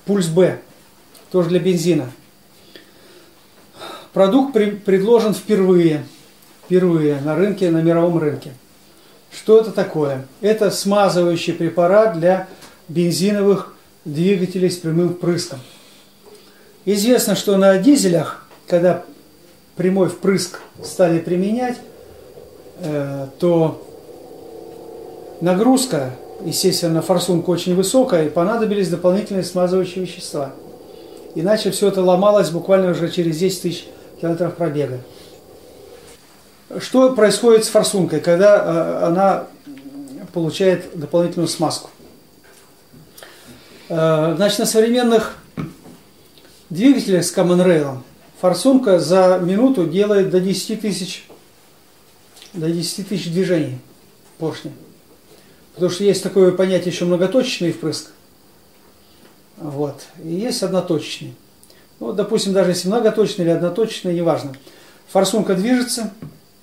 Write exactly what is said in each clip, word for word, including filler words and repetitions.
Пульс Б, тоже для бензина. Продукт при, предложен впервые, впервые на рынке, на мировом рынке. Что это такое? Это смазывающий препарат для бензиновых двигателей с прямым впрыском. Известно, что на дизелях, когда прямой впрыск стали применять, э, то нагрузка, естественно, форсунка очень высокая, и понадобились дополнительные смазывающие вещества. Иначе все это ломалось буквально уже через десять тысяч километров пробега. Что происходит с форсункой, когда э, она получает дополнительную смазку? Э, значит, на современных двигателях с Common Rail форсунка за минуту делает до десяти тысяч, до десяти тысяч движений поршня. Потому что есть такое понятие еще многоточечный впрыск. Вот. И есть одноточечный. Ну, допустим, даже если многоточечный или одноточечный, неважно. Форсунка движется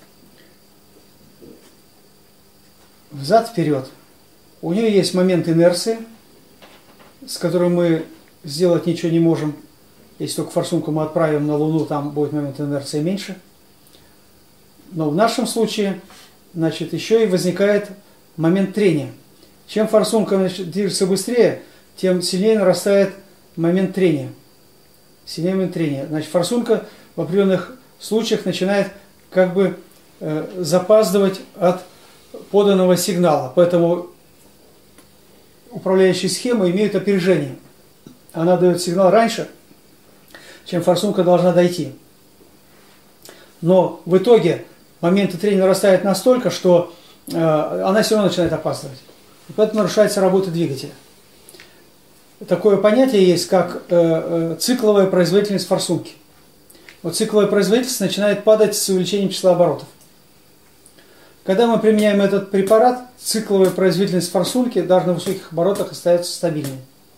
взад-вперед. У нее есть момент инерции, с которым мы сделать ничего не можем. Если только форсунку мы отправим на Луну, там будет момент инерции меньше. Но в нашем случае, значит, еще и возникает момент трения. Чем форсунка, значит, движется быстрее, тем сильнее нарастает момент трения. Сильнее момент трения. Значит, форсунка в определенных случаях начинает как бы э, запаздывать от поданного сигнала. Поэтому управляющие схемы имеют опережение. Она дает сигнал раньше, чем форсунка должна дойти. Но в итоге моменты трения нарастают настолько, что э, она все равно начинает опаздывать. И поэтому нарушается работа двигателя. Такое понятие есть, как э, э, цикловая производительность форсунки. Вот цикловая производительность начинает падать с увеличением числа оборотов. Когда мы применяем этот препарат, цикловая производительность форсунки даже на высоких оборотах остается стабильной.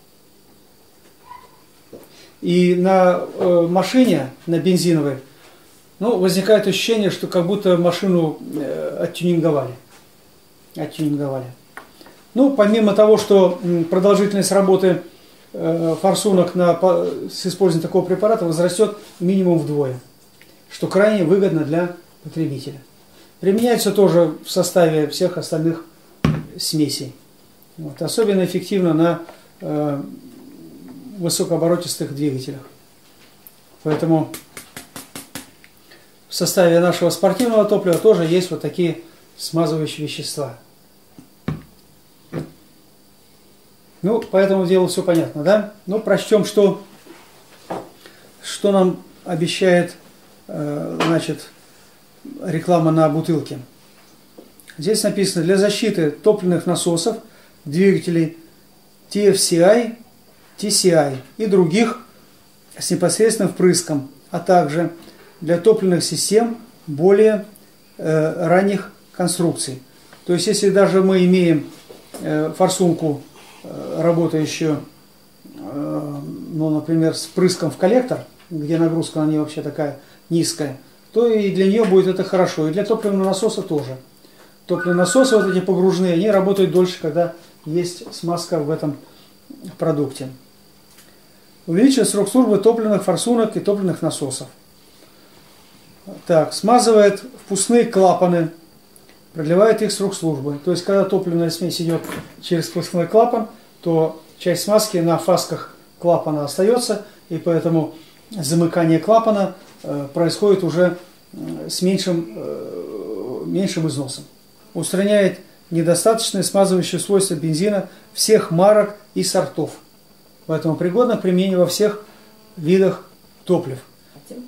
И на э, машине, на бензиновой, ну, возникает ощущение, что как будто машину э, оттюнинговали. оттюнинговали. Ну, помимо того, что продолжительность работы э, форсунок на, по, с использованием такого препарата возрастет минимум вдвое, что крайне выгодно для потребителя. Применяется тоже в составе всех остальных смесей. Вот. Особенно эффективно на э, высокооборотистых двигателях. Поэтому в составе нашего спортивного топлива тоже есть вот такие смазывающие вещества. Ну, по этому делу все понятно, да? Ну, прочтем, что, что нам обещает, э, значит, реклама на бутылке. Здесь написано: для защиты топливных насосов, двигателей ти эф си ай, ти си ай и других с непосредственным впрыском, а также для топливных систем более э, ранних конструкций. То есть, если даже мы имеем э, форсунку, э, работающую, э, ну, например, с впрыском в коллектор, где нагрузка на нее вообще такая низкая, то и для нее будет это хорошо. И для топливного насоса тоже. Топливные насосы, вот эти погружные, они работают дольше, когда есть смазка в этом продукте. Увеличивает срок службы топливных форсунок и топливных насосов. Так, смазывает впускные клапаны, продлевает их срок службы. То есть, когда топливная смесь идет через впускной клапан, то часть смазки на фасках клапана остается, и поэтому замыкание клапана э, происходит уже с меньшим, э, меньшим износом. Устраняет недостаточные смазывающие свойства бензина всех марок и сортов. Поэтому пригодно к применению во всех видах топлив.